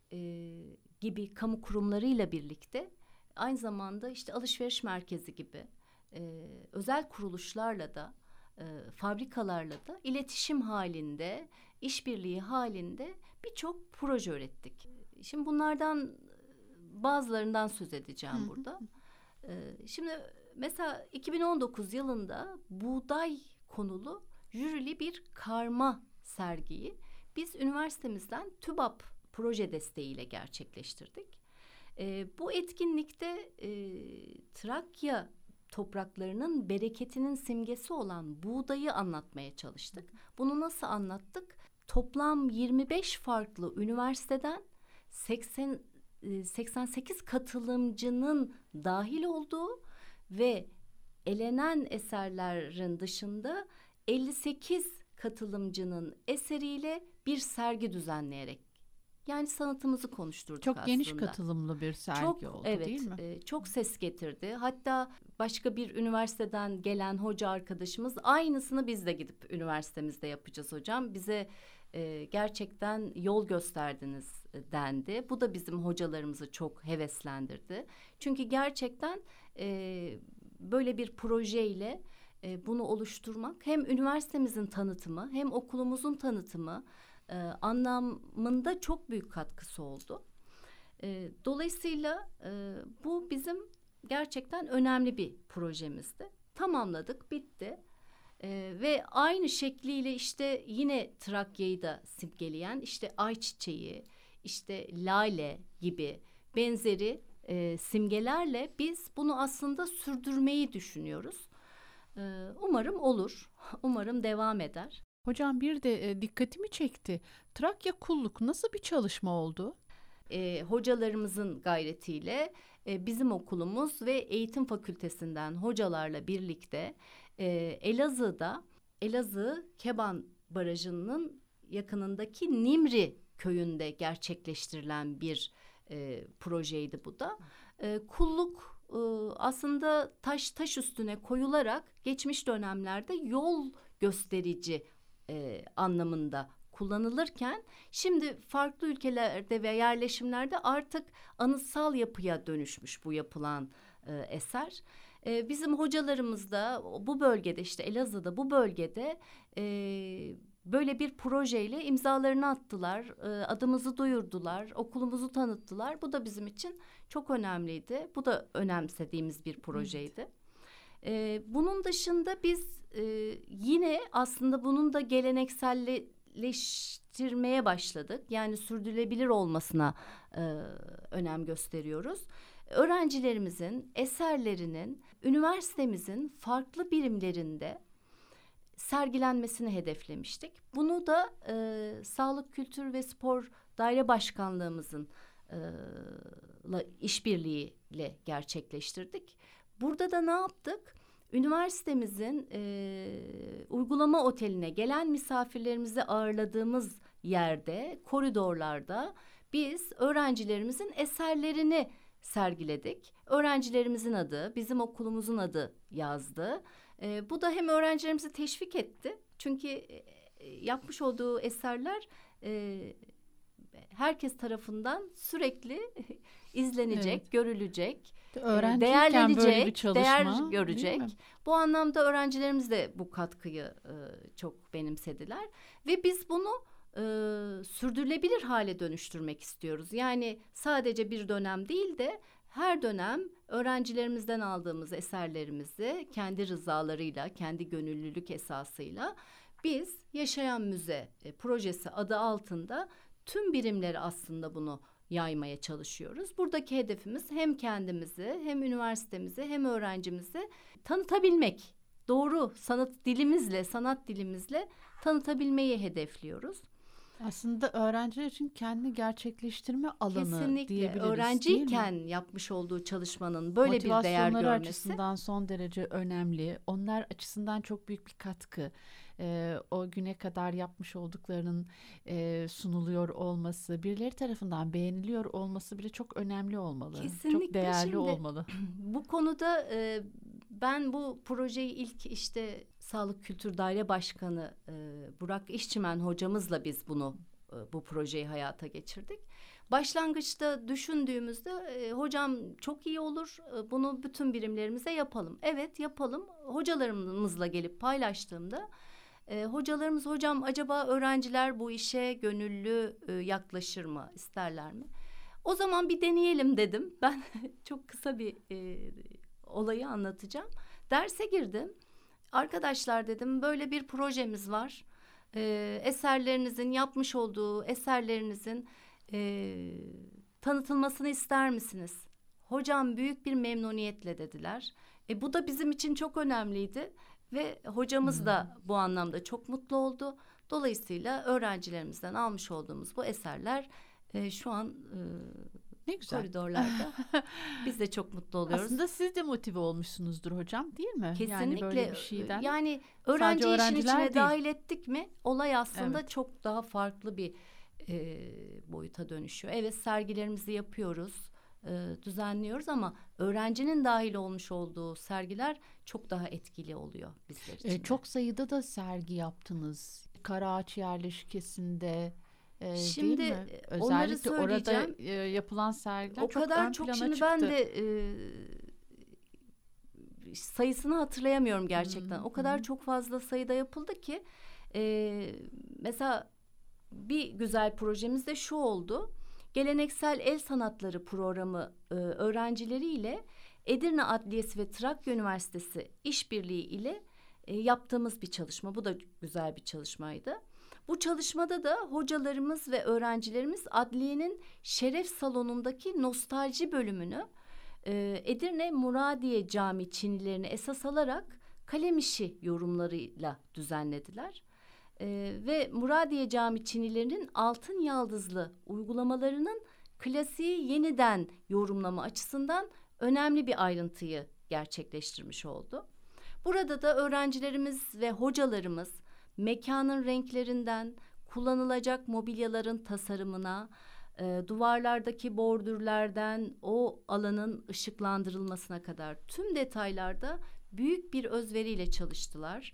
gibi kamu kurumlarıyla birlikte aynı zamanda işte alışveriş merkezi gibi özel kuruluşlarla da fabrikalarla da iletişim halinde, işbirliği halinde birçok proje ürettik. Şimdi bunlardan bazılarından söz edeceğim burada. Şimdi mesela 2019 yılında buğday konulu jürili bir karma sergiyi biz üniversitemizden TÜBAP proje desteğiyle gerçekleştirdik. Bu etkinlikte Trakya topraklarının bereketinin simgesi olan buğdayı anlatmaya çalıştık. Bunu nasıl anlattık? Toplam 25 farklı üniversiteden 88 katılımcının dahil olduğu ve elenen eserlerin dışında 58 katılımcının eseriyle bir sergi düzenleyerek yani sanatımızı konuşturduk çok aslında. Çok geniş katılımlı bir sergi oldu evet, değil mi? Çok ses getirdi. Hatta başka bir üniversiteden gelen hoca arkadaşımız aynısını biz de gidip üniversitemizde yapacağız hocam. Bize gerçekten yol gösterdiniz dendi. Bu da bizim hocalarımızı çok heveslendirdi. Çünkü gerçekten böyle bir projeyle bunu oluşturmak hem üniversitemizin tanıtımı hem okulumuzun tanıtımı anlamında çok büyük katkısı oldu. Dolayısıyla bu bizim gerçekten önemli bir projemizdi. Tamamladık, bitti. Ve aynı şekliyle işte yine Trakya'yı da simgeleyen işte ayçiçeği, işte lale gibi benzeri simgelerle biz bunu aslında sürdürmeyi düşünüyoruz. Umarım olur, umarım devam eder. Hocam bir de dikkatimi çekti. Trakya Kulluk nasıl bir çalışma oldu? Hocalarımızın gayretiyle bizim okulumuz ve eğitim fakültesinden hocalarla birlikte Elazığ'da Elazığ Keban Barajı'nın yakınındaki Nimri köyünde gerçekleştirilen bir projeydi bu da. Kulluk aslında taş üstüne koyularak geçmiş dönemlerde yol gösterici anlamında kullanılırken şimdi farklı ülkelerde ve yerleşimlerde artık anıtsal yapıya dönüşmüş bu yapılan eser. Bizim hocalarımız da bu bölgede işte Elazığ'da bu bölgede böyle bir projeyle imzalarını attılar, adımızı duyurdular, okulumuzu tanıttılar. Bu da bizim için çok önemliydi. Bu da önemsediğimiz bir projeydi. Bunun dışında biz yine aslında bunun da gelenekselleştirmeye başladık. Yani sürdürülebilir olmasına önem gösteriyoruz. Öğrencilerimizin eserlerinin üniversitemizin farklı birimlerinde sergilenmesini hedeflemiştik. Bunu da Sağlık, Kültür ve Spor Daire Başkanlığımızın işbirliğiyle gerçekleştirdik. Burada da ne yaptık? Üniversitemizin uygulama oteline gelen misafirlerimizi ağırladığımız yerde, koridorlarda biz öğrencilerimizin eserlerini sergiledik. Öğrencilerimizin adı, bizim okulumuzun adı yazdı. Bu da hem öğrencilerimizi teşvik etti. Çünkü yapmış olduğu eserler herkes tarafından sürekli izlenecek, evet, görülecek, değerlenecek, böyle bir çalışma, değer görecek. Bu anlamda öğrencilerimiz de bu katkıyı çok benimsediler. Ve biz bunu sürdürülebilir hale dönüştürmek istiyoruz. Yani sadece bir dönem değil de her dönem öğrencilerimizden aldığımız eserlerimizi kendi rızalarıyla, kendi gönüllülük esasıyla biz Yaşayan Müze projesi adı altında tüm birimleri aslında bunu yaymaya çalışıyoruz. Buradaki hedefimiz hem kendimizi, hem üniversitemizi, hem öğrencimizi tanıtabilmek. Doğru sanat dilimizle tanıtabilmeyi hedefliyoruz. Aslında öğrenciler için kendi gerçekleştirme alanı kesinlikle diyebiliriz. Öğrenciyken yapmış olduğu çalışmanın böyle bir değer görmesi. Motivasyonları açısından son derece önemli. Onlar açısından çok büyük bir katkı. O güne kadar yapmış olduklarının sunuluyor olması, birileri tarafından beğeniliyor olması bile çok önemli olmalı. Kesinlikle. Çok değerli Şimdi, olmalı. Bu konuda ben bu projeyi ilk işte Sağlık Kültür Daire Başkanı Burak İşçimen hocamızla biz bu projeyi hayata geçirdik. Başlangıçta düşündüğümüzde hocam çok iyi olur, bunu bütün birimlerimize yapalım. Evet, yapalım. Hocalarımızla gelip paylaştığımda hocalarımız hocam acaba öğrenciler bu işe gönüllü yaklaşır mı, isterler mi? O zaman bir deneyelim dedim. Ben çok kısa bir olayı anlatacağım. Derse girdim. Arkadaşlar dedim, böyle bir projemiz var. Eserlerinizin, yapmış olduğu eserlerinizin tanıtılmasını ister misiniz? Hocam büyük bir memnuniyetle dediler. Bu da bizim için çok önemliydi ve hocamız da bu anlamda çok mutlu oldu. Dolayısıyla öğrencilerimizden almış olduğumuz bu eserler şu an ne güzel koridorlarda. Biz de çok mutlu oluyoruz. Aslında siz de motive olmuşsunuzdur hocam, değil mi? Kesinlikle. Yani böyle bir şeyden. Yani öğrenciyi işin içine dahil ettik mi olay aslında evet, çok daha farklı bir boyuta dönüşüyor. Evet, sergilerimizi yapıyoruz, düzenliyoruz ama öğrencinin dahil olmuş olduğu sergiler çok daha etkili oluyor bizler için. Çok sayıda da sergi yaptınız. Karaağaç yerleşkesinde. Şimdi özellikle orada yapılan sergiler o çok kadar ön çok plana şimdi çıktı. Ben de sayısını hatırlayamıyorum gerçekten. O kadar çok fazla sayıda yapıldı ki mesela bir güzel projemiz de şu oldu. Geleneksel El Sanatları programı öğrencileriyle Edirne Adliyesi ve Trakya Üniversitesi işbirliği ile yaptığımız bir çalışma. Bu da güzel bir çalışmaydı. Bu çalışmada da hocalarımız ve öğrencilerimiz adliyenin şeref salonundaki nostalji bölümünü Edirne Muradiye Camii çinilerini esas alarak kalem işi yorumlarıyla düzenlediler. Ve Muradiye Camii çinilerinin altın yaldızlı uygulamalarının klasiği yeniden yorumlama açısından önemli bir ayrıntıyı gerçekleştirmiş oldu. Burada da öğrencilerimiz ve hocalarımız mekanın renklerinden kullanılacak mobilyaların tasarımına, duvarlardaki bordürlerden o alanın ışıklandırılmasına kadar tüm detaylarda büyük bir özveriyle çalıştılar.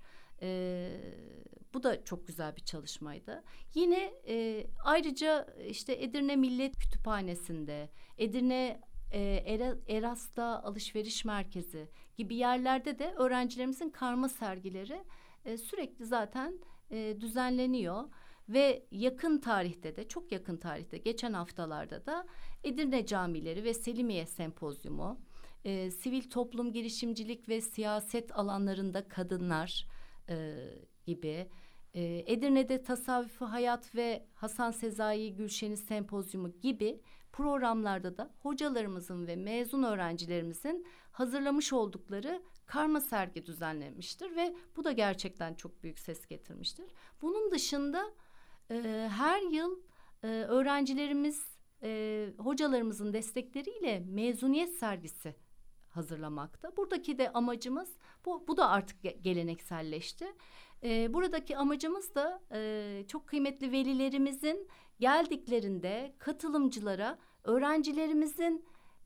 Bu da çok güzel bir çalışmaydı. Yine ayrıca işte Edirne Millet Kütüphanesi'nde, Edirne Eras'ta Alışveriş Merkezi gibi yerlerde de öğrencilerimizin karma sergileri sürekli zaten düzenleniyor. Ve yakın tarihte de, çok yakın tarihte, geçen haftalarda da Edirne Camileri ve Selimiye Sempozyumu, sivil toplum girişimcilik ve siyaset alanlarında kadınlar gibi, Edirne'de Tasavvufi Hayat ve Hasan Sezai Gülşen'i Sempozyumu gibi programlarda da hocalarımızın ve mezun öğrencilerimizin hazırlamış oldukları karma sergi düzenlenmiştir ve bu da gerçekten çok büyük ses getirmiştir. Bunun dışında her yıl öğrencilerimiz hocalarımızın destekleriyle mezuniyet sergisi hazırlamakta. Buradaki de amacımız bu da artık gelenekselleşti. Buradaki amacımız da çok kıymetli velilerimizin geldiklerinde katılımcılara öğrencilerimizin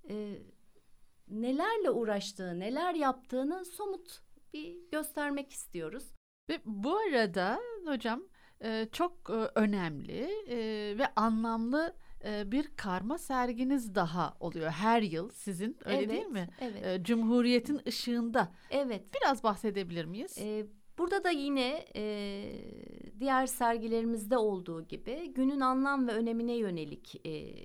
nelerle uğraştığı, neler yaptığını somut bir göstermek istiyoruz. Ve bu arada hocam çok önemli ve anlamlı bir karma serginiz daha oluyor her yıl sizin, öyle değil mi? Evet. Cumhuriyet'in ışığında. Evet. Biraz bahsedebilir miyiz? Burada da yine diğer sergilerimizde olduğu gibi günün anlam ve önemine yönelik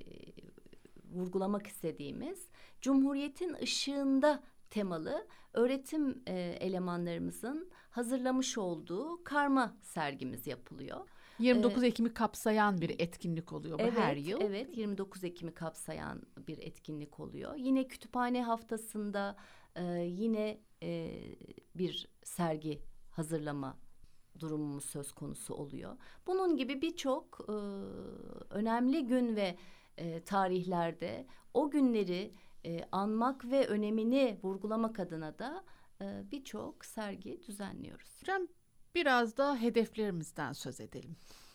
vurgulamak istediğimiz Cumhuriyet'in ışığında temalı öğretim elemanlarımızın hazırlamış olduğu karma sergimiz yapılıyor. 29 Ekim'i kapsayan bir etkinlik oluyor bu her yıl. Evet, 29 Ekim'i kapsayan bir etkinlik oluyor. Yine kütüphane haftasında yine bir sergi hazırlama durumumuz söz konusu oluyor. Bunun gibi birçok önemli gün ve tarihlerde o günleri anmak ve önemini vurgulamak adına da birçok sergi düzenliyoruz. Hocam biraz da hedeflerimizden söz edelim.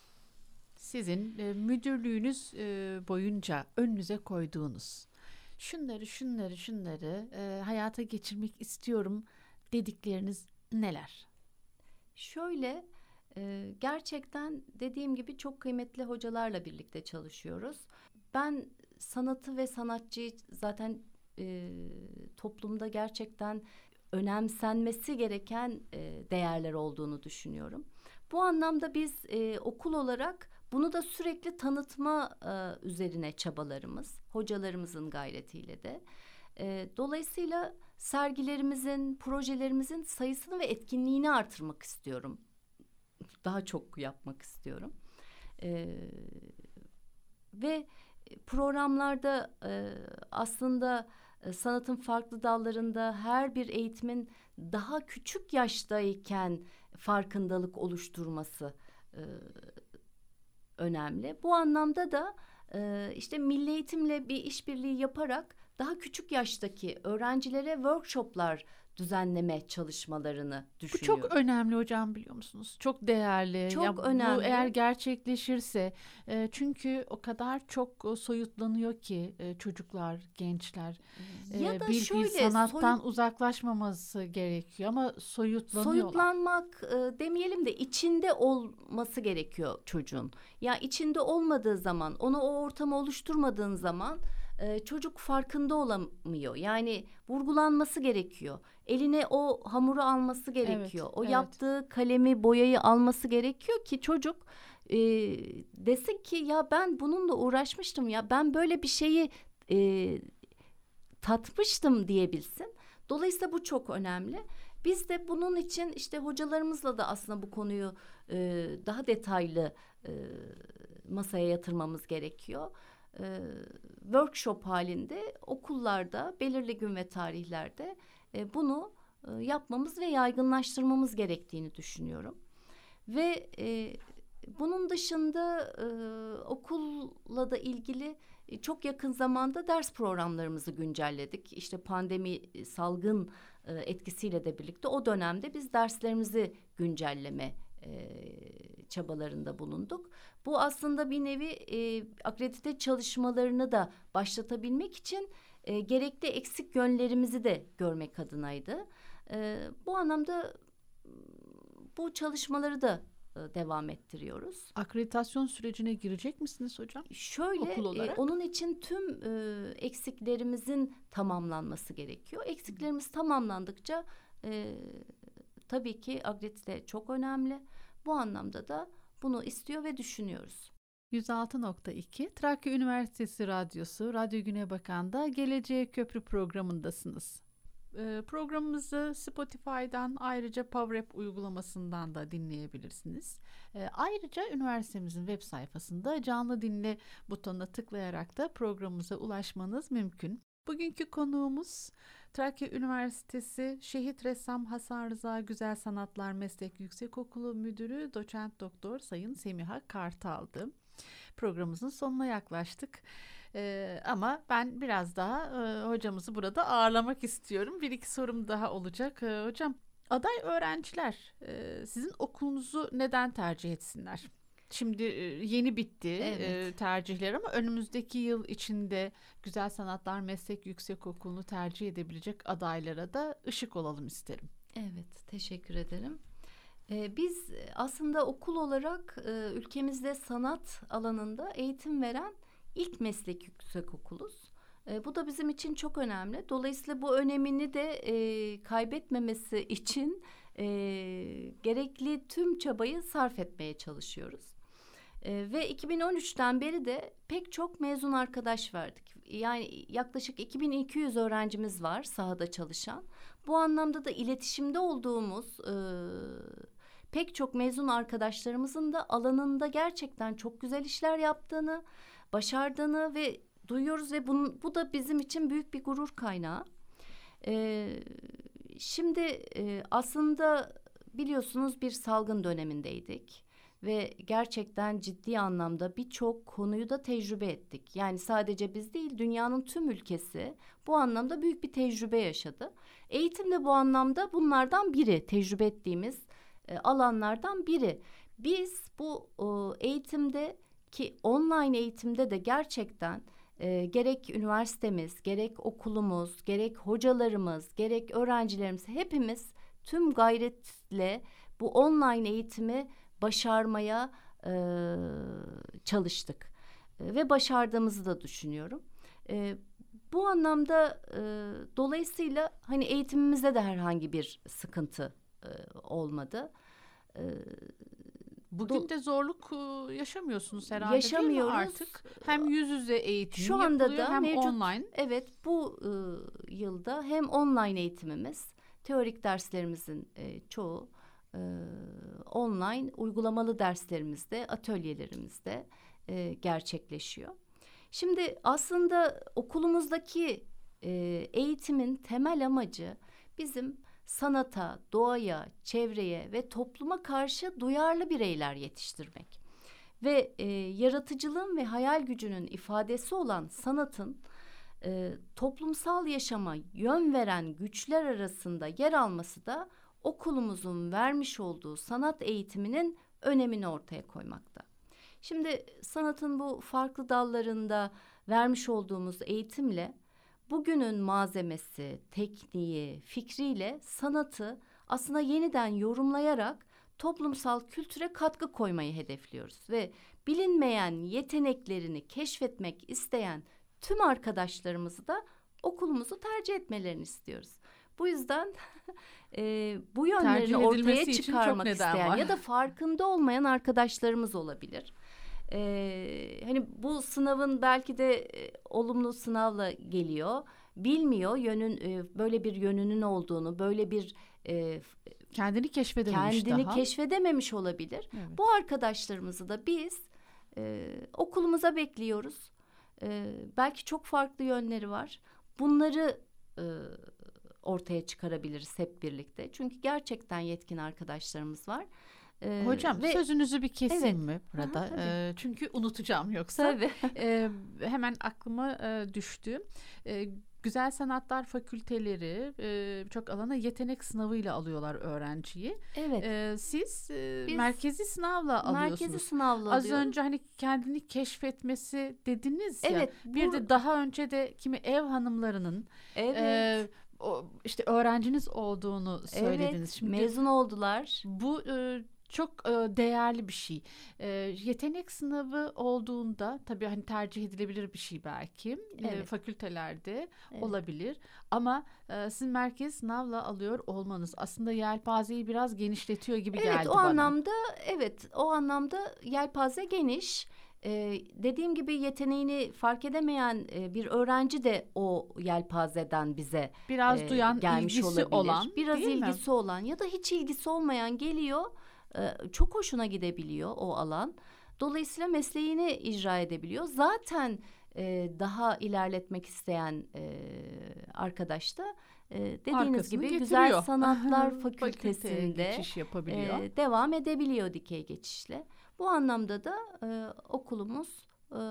Sizin müdürlüğünüz boyunca önünüze koyduğunuz şunları hayata geçirmek istiyorum dedikleriniz neler? Şöyle gerçekten dediğim gibi çok kıymetli hocalarla birlikte çalışıyoruz. Ben sanatı ve sanatçıyı zaten toplumda gerçekten önemsenmesi gereken değerler olduğunu düşünüyorum. Bu anlamda biz okul olarak bunu da sürekli tanıtma üzerine çabalarımız, hocalarımızın gayretiyle de. Dolayısıyla sergilerimizin, projelerimizin sayısını ve etkinliğini artırmak istiyorum. Daha çok yapmak istiyorum. Ve programlarda aslında sanatın farklı dallarında her bir eğitimin daha küçük yaştayken farkındalık oluşturması önemli. Bu anlamda da işte Milli Eğitim'le bir işbirliği yaparak daha küçük yaştaki öğrencilere workshoplar düzenleme çalışmalarını düşünüyorum. Bu çok önemli hocam, biliyor musunuz? Çok değerli. Çok önemli. Bu eğer gerçekleşirse çünkü o kadar çok soyutlanıyor ki çocuklar, gençler Ya da bir sanattan uzaklaşmaması gerekiyor ama soyutlanıyorlar. Soyutlanmak demeyelim de içinde olması gerekiyor çocuğun. Ya içinde olmadığı zaman, ona o ortamı oluşturmadığın zaman çocuk farkında olamıyor. Yani vurgulanması gerekiyor. Eline o hamuru alması gerekiyor. Evet, O evet. yaptığı kalemi, boyayı alması gerekiyor ki çocuk desin ki ya ben bununla uğraşmıştım, ya ben böyle bir şeyi tatmıştım diyebilsin. Dolayısıyla bu çok önemli. Biz de bunun için işte hocalarımızla da aslında bu konuyu daha detaylı masaya yatırmamız gerekiyor. Workshop halinde okullarda belirli gün ve tarihlerde bunu yapmamız ve yaygınlaştırmamız gerektiğini düşünüyorum. Ve bunun dışında okulla da ilgili çok yakın zamanda ders programlarımızı güncelledik. İşte pandemi, salgın etkisiyle de birlikte o dönemde biz derslerimizi güncelleme çabalarında bulunduk. Bu aslında bir nevi akredite çalışmalarını da başlatabilmek için gerekli eksik yönlerimizi de görmek adınaydı. Bu anlamda bu çalışmaları da devam ettiriyoruz. Akreditasyon sürecine girecek misiniz hocam? Şöyle Okul olarak? onun için tüm eksiklerimizin tamamlanması gerekiyor. Eksiklerimiz tamamlandıkça tabii ki akredite çok önemli. Bu anlamda da bunu istiyor ve düşünüyoruz. 106.2 Trakya Üniversitesi Radyosu, Radyo Günebakan'da Geleceğe Köprü programındasınız. Programımızı Spotify'dan, ayrıca PowerApp uygulamasından da dinleyebilirsiniz. Ayrıca üniversitemizin web sayfasında canlı dinle butonuna tıklayarak da programımıza ulaşmanız mümkün. Bugünkü konuğumuz Trakya Üniversitesi Şehit Ressam Hasan Rıza Güzel Sanatlar Meslek Yüksekokulu Müdürü Doçent Doktor Sayın Semiha Kartal'dı. Programımızın sonuna yaklaştık. Ama ben biraz daha hocamızı burada ağırlamak istiyorum. Bir iki sorum daha olacak. Hocam, aday öğrenciler sizin okulunuzu neden tercih etsinler? Şimdi yeni bitti Evet. tercihler ama önümüzdeki yıl içinde Güzel Sanatlar Meslek Yüksekokulu'nu tercih edebilecek adaylara da ışık olalım isterim. Evet, teşekkür ederim. Biz aslında okul olarak ülkemizde sanat alanında eğitim veren ilk meslek yüksekokuluz. Bu da bizim için çok önemli. Dolayısıyla bu önemini de kaybetmemesi için gerekli tüm çabayı sarf etmeye çalışıyoruz. Ve 2013'ten beri de pek çok mezun arkadaş verdik. Yani yaklaşık 2200 öğrencimiz var sahada çalışan. Bu anlamda da iletişimde olduğumuz pek çok mezun arkadaşlarımızın da alanında gerçekten çok güzel işler yaptığını, başardığını ve duyuyoruz ve bu da bizim için büyük bir gurur kaynağı. Şimdi aslında biliyorsunuz bir salgın dönemindeydik ve gerçekten ciddi anlamda birçok konuyu da tecrübe ettik. Yani sadece biz değil, dünyanın tüm ülkesi bu anlamda büyük bir tecrübe yaşadı. Eğitim de bu anlamda bunlardan biri, tecrübe ettiğimiz alanlardan biri. Biz bu eğitimde ki online eğitimde de gerçekten gerek üniversitemiz, gerek okulumuz, gerek hocalarımız, gerek öğrencilerimiz hepimiz tüm gayretle bu online eğitimi başarmaya çalıştık ve başardığımızı da düşünüyorum. Bu anlamda dolayısıyla hani eğitimimizde de herhangi bir sıkıntı olmadı. Bugün de zorluk yaşamıyorsunuz herhalde, Yaşamıyoruz. değil mi artık? Hem yüz yüze eğitim Şu anda yapılıyor da hem mevcut, online. evet, bu yılda hem online eğitimimiz, teorik derslerimizin çoğu online, uygulamalı derslerimizde, atölyelerimizde gerçekleşiyor. Şimdi aslında okulumuzdaki eğitimin temel amacı bizim sanata, doğaya, çevreye ve topluma karşı duyarlı bireyler yetiştirmek. Ve yaratıcılığın ve hayal gücünün ifadesi olan sanatın toplumsal yaşama yön veren güçler arasında yer alması da okulumuzun vermiş olduğu sanat eğitiminin önemini ortaya koymakta. Şimdi sanatın bu farklı dallarında vermiş olduğumuz eğitimle bugünün malzemesi, tekniği, fikriyle sanatı aslında yeniden yorumlayarak toplumsal kültüre katkı koymayı hedefliyoruz ve bilinmeyen yeteneklerini keşfetmek isteyen tüm arkadaşlarımızı da okulumuzu tercih etmelerini istiyoruz. Bu yüzden bu yönlerini ortaya çıkarmak isteyen ya da farkında olmayan arkadaşlarımız olabilir. Hani bu sınavın belki de olumlu sınavla geliyor. Bilmiyor böyle bir yönünün olduğunu, böyle bir kendini keşfedememiş olabilir. Evet. Bu arkadaşlarımızı da biz okulumuza bekliyoruz. Belki çok farklı yönleri var. Bunları ortaya çıkarabiliriz hep birlikte. Çünkü gerçekten yetkin arkadaşlarımız var. Hocam sözünüzü bir keseyim mi burada? Çünkü unutacağım yoksa. Tabii. Hemen aklıma düştü. Güzel Sanatlar Fakülteleri çok alana yetenek sınavıyla alıyorlar öğrenciyi. Evet. Siz merkezi sınavla alıyorsunuz. Merkezi sınavla Az önce hani kendini keşfetmesi dediniz ya. Evet. Bir de daha önce de kimi ev hanımlarının işte öğrenciniz olduğunu söylediniz. Evet. Şimdi mezun oldular. Bu çok değerli bir şey. Yetenek sınavı olduğunda tabii hani tercih edilebilir bir şey belki. Evet. Fakültelerde olabilir. Ama sizin merkez sınavla alıyor olmanız aslında yelpazeyi biraz genişletiyor gibi geldi bana. O anlamda yelpaze geniş. Dediğim gibi yeteneğini fark edemeyen bir öğrenci de o yelpazeden bize biraz duyan, gelmiş ilgisi olabilir. olan, biraz ilgisi olan ya da hiç ilgisi olmayan geliyor. Çok hoşuna gidebiliyor o alan. Dolayısıyla mesleğini icra edebiliyor. Zaten daha ilerletmek isteyen arkadaş da dediğiniz gibi Güzel Sanatlar Fakültesi'nde devam edebiliyor dikey geçişle. Bu anlamda da okulumuz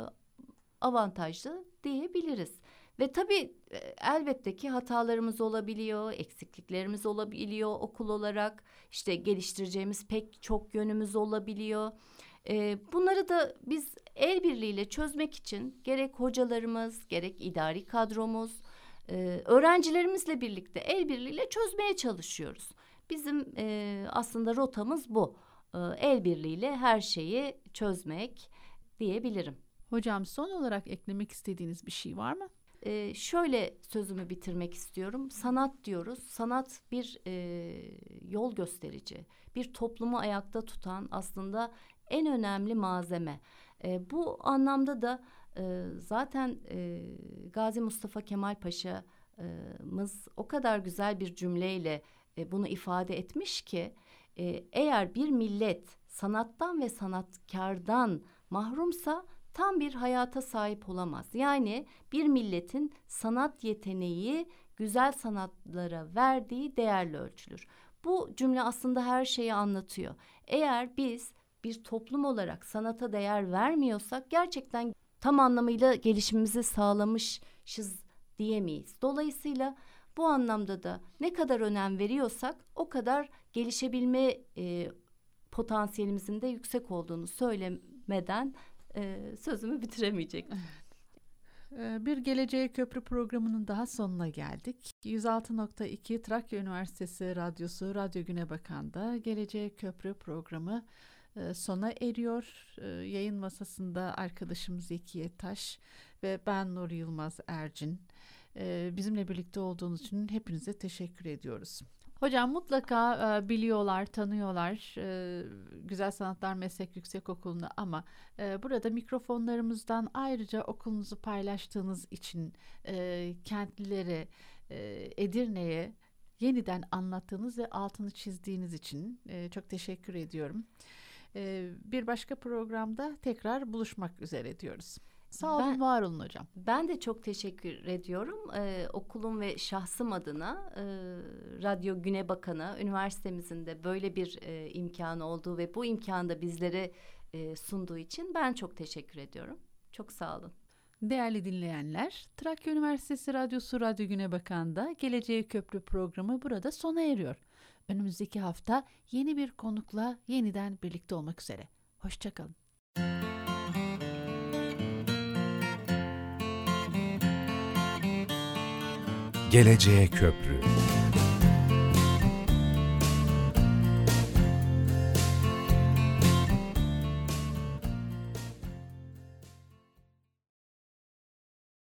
avantajlı diyebiliriz. Ve tabii elbette ki hatalarımız olabiliyor, eksikliklerimiz olabiliyor okul olarak. İşte geliştireceğimiz pek çok yönümüz olabiliyor. Bunları da biz el birliğiyle çözmek için gerek hocalarımız, gerek idari kadromuz, öğrencilerimizle birlikte el birliğiyle çözmeye çalışıyoruz. Bizim aslında rotamız bu. El birliğiyle her şeyi çözmek diyebilirim. Hocam son olarak eklemek istediğiniz bir şey var mı? Şöyle sözümü bitirmek istiyorum. Sanat diyoruz. Sanat bir yol gösterici, bir toplumu ayakta tutan aslında en önemli malzeme. Bu anlamda da zaten Gazi Mustafa Kemal Paşa'mız o kadar güzel bir cümleyle bunu ifade etmiş ki eğer bir millet sanattan ve sanatkardan mahrumsa tam bir hayata sahip olamaz. Yani bir milletin sanat yeteneği güzel sanatlara verdiği değerle ölçülür. Bu cümle aslında her şeyi anlatıyor. Eğer biz bir toplum olarak sanata değer vermiyorsak gerçekten tam anlamıyla gelişimimizi sağlamışız diyemeyiz. Dolayısıyla bu anlamda da ne kadar önem veriyorsak o kadar gelişebilme potansiyelimizin de yüksek olduğunu söylemeden sözümü bitiremeyecektim. Bir Geleceğe Köprü programının daha sonuna geldik. 106.2 Trakya Üniversitesi Radyosu Radyo Günebakan'da Geleceğe Köprü programı sona eriyor. Yayın masasında arkadaşım Zekiye Taş ve ben Nur Yılmaz Ercin. Bizimle birlikte olduğunuz için hepinize teşekkür ediyoruz. Hocam mutlaka biliyorlar, tanıyorlar Güzel Sanatlar Meslek Yüksekokulu'nu ama burada mikrofonlarımızdan ayrıca okulunuzu paylaştığınız için kentlilere, Edirne'ye yeniden anlattığınız ve altını çizdiğiniz için çok teşekkür ediyorum. Bir başka programda tekrar buluşmak üzere diyoruz. Sağ olun, var olun hocam. Ben de çok teşekkür ediyorum. Okulum ve şahsım adına Radyo Günebakan'a, üniversitemizin de böyle bir imkanı olduğu ve bu imkanı da bizlere sunduğu için ben çok teşekkür ediyorum. Çok sağ olun. Değerli dinleyenler, Trakya Üniversitesi Radyosu Radyo Günebakan'da Geleceğe Köprü programı burada sona eriyor. Önümüzdeki hafta yeni bir konukla yeniden birlikte olmak üzere. Hoşçakalın. Geleceğe Köprü.